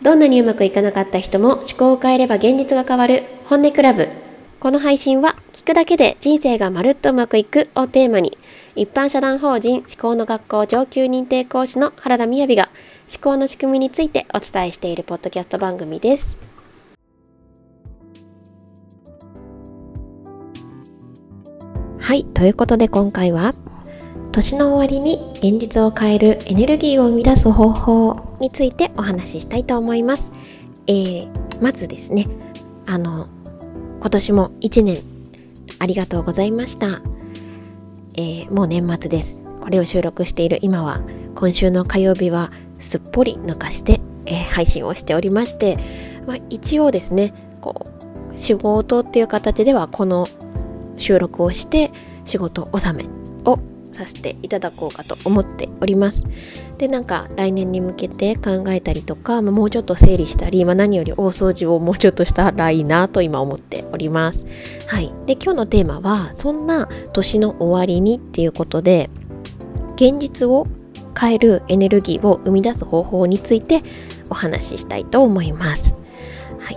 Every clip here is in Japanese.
どんなにうまくいかなかった人も思考を変えれば現実が変わる本音クラブ。この配信は聞くだけで人生がまるっとうまくいくをテーマに、一般社団法人思考の学校上級認定講師の原田みやびが思考の仕組みについてお伝えしているポッドキャスト番組です。はい、ということで今回は年の終わりに現実を変えるエネルギーを生み出す方法についてお話ししたいと思います。まずですね、今年も1年ありがとうございました。もう年末です。これを収録している今は今週の火曜日はすっぽり抜かして、配信をしておりまして、一応ですね、仕事っていう形ではこの収録をして仕事納めをさせていただこうかと思っております。で、来年に向けて考えたりとか、もうちょっと整理したり、何より大掃除をもうちょっとしたらいいなと今思っております。はい。で、今日のテーマはそんな年の終わりにっていうことで、現実を変えるエネルギーを生み出す方法についてお話ししたいと思います。はい。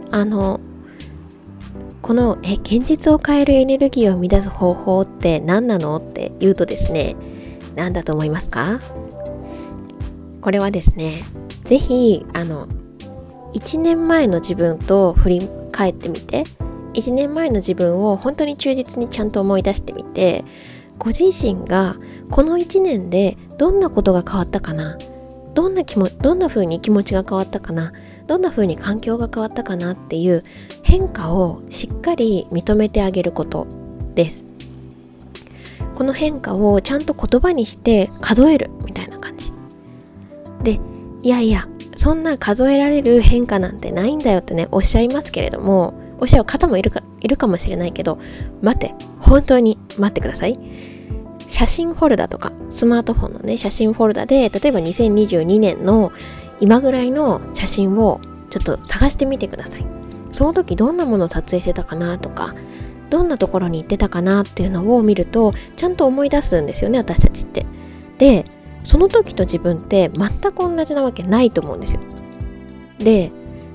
この現実を変えるエネルギーを生み出す方法って何なのって言うとですね、何だと思いますか？これはですね、ぜひ1年前の自分と振り返ってみて、1年前の自分を本当に忠実にちゃんと思い出してみて、ご自身がこの1年でどんなことが変わったかな、どんな風に気持ちが変わったかな、どんな風に環境が変わったかなっていう変化をしっかり認めてあげることです。この変化をちゃんと言葉にして数えるみたいな感じで、いやそんな数えられる変化なんてないんだよってね、おっしゃいますけれども、おっしゃる方もいるかもしれないけど、本当に待ってください。写真フォルダとかスマートフォンのね、写真フォルダで、例えば2022年の今ぐらいの写真をちょっと探してみてください。その時どんなものを撮影してたかなとか、どんなところに行ってたかなっていうのを見るとちゃんと思い出すんですよね、私たちって。で、その時と自分って全く同じなわけないと思うんですよ。で、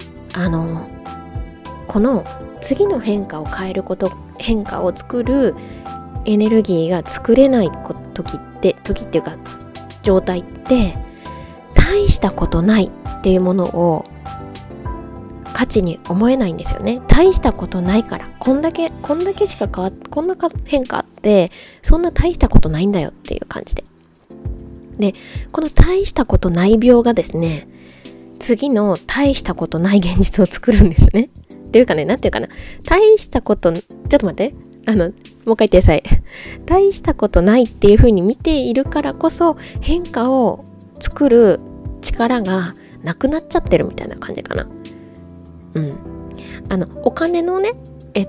この次の変化を変えること、変化を作るエネルギーが作れない時っていうか状態って、大したことないっていうものを価値に思えないんですよね。大したことないから、こんだけしかこんな変化あって、そんな大したことないんだよっていう感じで。で、この大したことない病がですね、次の大したことない現実を作るんですね。っていうかね、大したこと、ちょっと待って、もう一回言ってください。大したことないっていう風に見ているからこそ、変化を作る力がなくなっちゃってるみたいな感じかな。お金のね、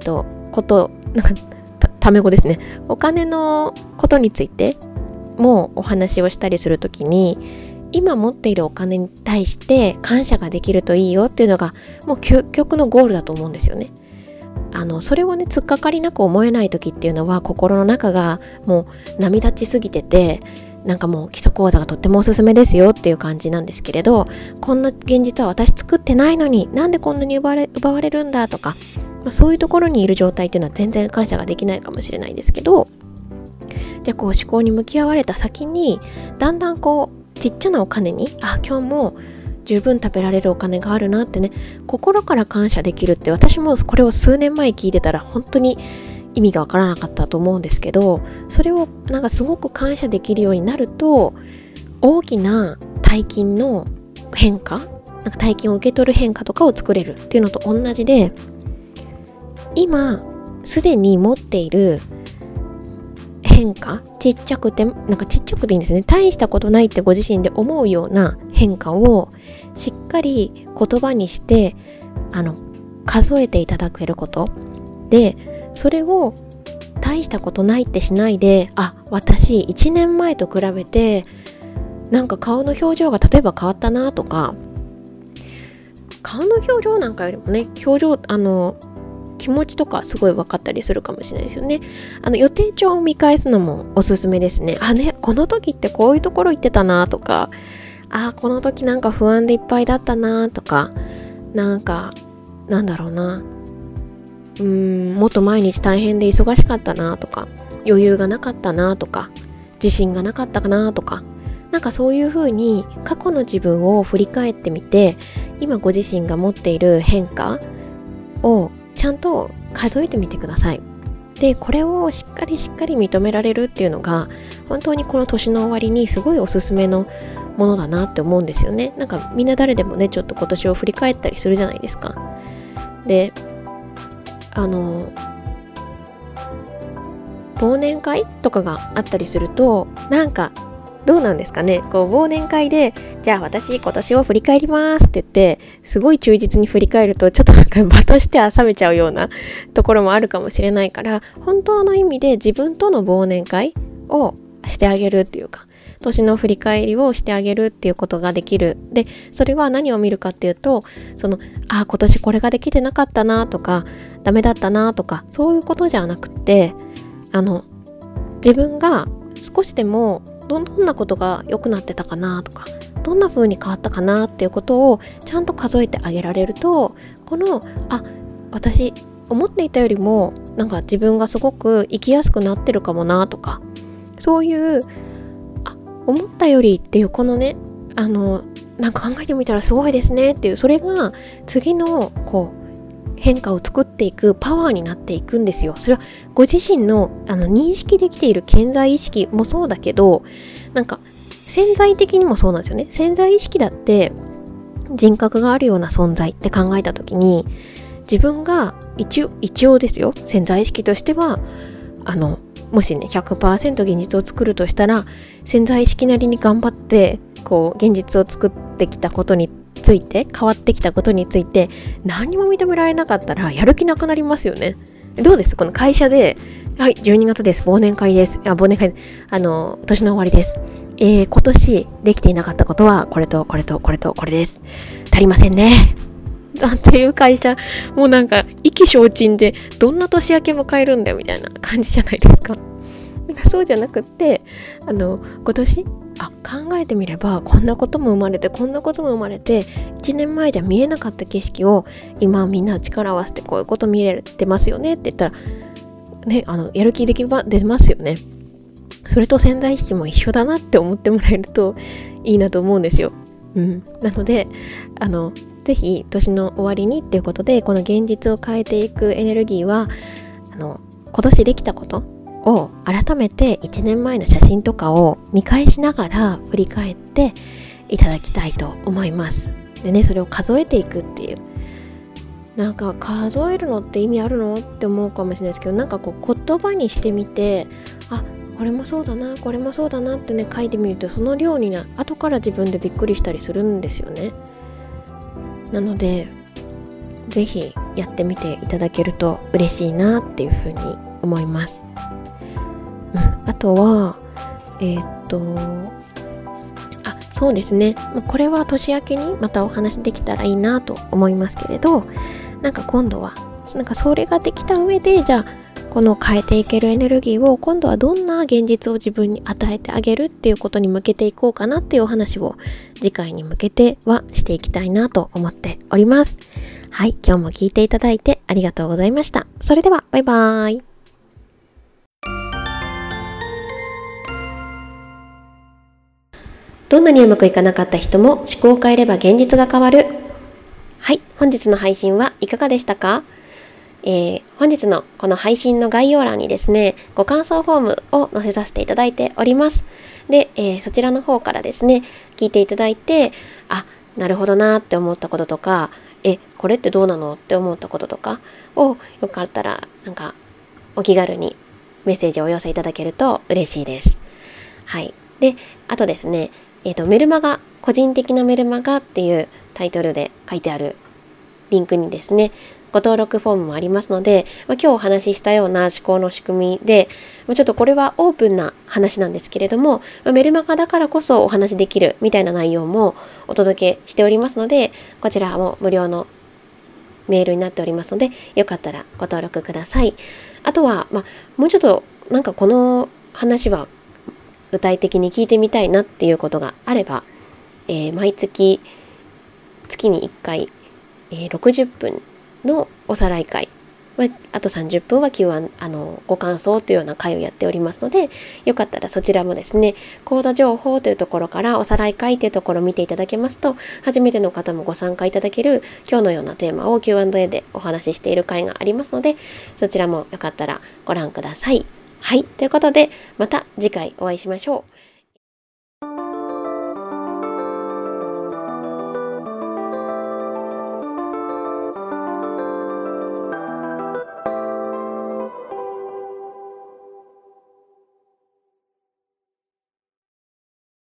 タメ語ですね。お金のことについてもお話をしたりするときに、今持っているお金に対して感謝ができるといいよっていうのがもう究極のゴールだと思うんですよね。それをね、突っかかりなく思えない時っていうのは、心の中がもう波立ちすぎてて、もう基礎講座がとってもおすすめですよっていう感じなんですけれど、こんな現実は私作ってないのになんでこんなに奪われるんだとか、そういうところにいる状態っていうのは全然感謝ができないかもしれないですけど、じゃあ思考に向き合われた先に、だんだんちっちゃなお金に、今日も十分食べられるお金があるなってね、心から感謝できるって、私もこれを数年前聞いてたら本当に意味がわからなかったと思うんですけど、それをすごく感謝できるようになると、大きな大金の変化、大金を受け取る変化とかを作れるっていうのと同じで、今すでに持っている変化、ちっちゃくていいんですね。大したことないってご自身で思うような変化をしっかり言葉にして数えていただけることで、それを大したことないってしないで、私1年前と比べて顔の表情が例えば変わったなとか、顔の表情なんかよりもね、気持ちとかすごい分かったりするかもしれないですよね。予定帳を見返すのもおすすめですね。この時ってこういうところ行ってたなとか、 この時なんか不安でいっぱいだったなとか、なんだろうな、もっと毎日大変で忙しかったなとか、余裕がなかったなとか、自信がなかったかなとか、なんかそういう風に過去の自分を振り返ってみて、今ご自身が持っている変化をちゃんと数えてみてください。で、これをしっかり認められるっていうのが本当にこの年の終わりにすごいおすすめのものだなって思うんですよね。なんかみんな誰でもね、ちょっと今年を振り返ったりするじゃないですか。で、忘年会とかがあったりすると、なんかどうなんですかね、こう忘年会でじゃあ私今年を振り返りますって言ってすごい忠実に振り返ると、ちょっとなんか場としては冷めちゃうようなところもあるかもしれないから、本当の意味で自分との忘年会をしてあげるっていうか、年の振り返りをしてあげるっていうことができる。で、それは何を見るかっていうと、今年これができてなかったなとか、ダメだったなとか、そういうことじゃなくて、自分が少しでもどんなことが良くなってたかなとか、どんな風に変わったかなっていうことをちゃんと数えてあげられると、私思っていたよりもなんか自分がすごく生きやすくなってるかもなとか、そういう思ったよりっていうこのね、なんか考えてみたらすごいですねっていう、それが次の変化を作っていくパワーになっていくんですよ。それはご自身の認識できている潜在意識もそうだけど、なんか潜在的にもそうなんですよね。潜在意識だって人格があるような存在って考えたときに、自分が一応ですよ、潜在意識としてはもしね 100% 現実を作るとしたら、潜在意識なりに頑張って現実を作ってきたことについて、変わってきたことについて何も認められなかったらやる気なくなりますよね。どうです？この会社で、はい、12月です、忘年会です、年の終わりです、今年できていなかったことはこれとこれとこれとこれです、足りませんねっていう会社、もうなんか意気消沈でどんな年明け迎えるんだよみたいな感じじゃないですか。なんかそうじゃなくって、今年考えてみればこんなことも生まれてこんなことも生まれて、1年前じゃ見えなかった景色を今みんな力を合わせてこういうこと見れてますよねって言ったらね、やる気出ますよね。それと潜在意識も一緒だなって思ってもらえるといいなと思うんですよ。なのでぜひ年の終わりにっていうことで、この現実を変えていくエネルギーは今年できたことを改めて1年前の写真とかを見返しながら振り返っていただきたいと思います。でね、それを数えていくっていう、なんか数えるのって意味あるのって思うかもしれないですけど、なんか言葉にしてみて、これもそうだなこれもそうだなってね書いてみると、その量に後から自分でびっくりしたりするんですよね。なのでぜひやってみていただけると嬉しいなっていうふうに思います。あとはそうですね、これは年明けにまたお話できたらいいなと思いますけれど、なんか今度はなんかそれができた上で、じゃあこの変えていけるエネルギーを今度はどんな現実を自分に与えてあげるっていうことに向けていこうかなっていうお話を次回に向けてはしていきたいなと思っております。はい、今日も聞いていただいてありがとうございました。それではバイバーイ。どんなにうまくいかなかった人も思考を変えれば現実が変わる。はい、本日の配信はいかがでしたか？本日のこの配信の概要欄にですね、ご感想フォームを載せさせていただいております。で、そちらの方からですね、聞いていただいて、なるほどなって思ったこととか、これってどうなのって思ったこととかをよかったらなんかお気軽にメッセージをお寄せいただけると嬉しいです。はい。で、あとですね、メルマガ、個人的なメルマガっていうタイトルで書いてあるリンクにですね、ご登録フォームもありますので、今日お話ししたような思考の仕組みで、ちょっとこれはオープンな話なんですけれども、メルマガだからこそお話できるみたいな内容もお届けしておりますので、こちらも無料のメールになっておりますので、よかったらご登録ください。あとは、もうちょっとなんかこの話は具体的に聞いてみたいなっていうことがあれば、 毎月に1回、60分のおさらい会、あと30分はご感想というような会をやっておりますので、よかったらそちらもですね、講座情報というところからおさらい会というところを見ていただけますと、初めての方もご参加いただける今日のようなテーマを Q&A でお話ししている会がありますので、そちらもよかったらご覧ください。はい、ということでまた次回お会いしましょう。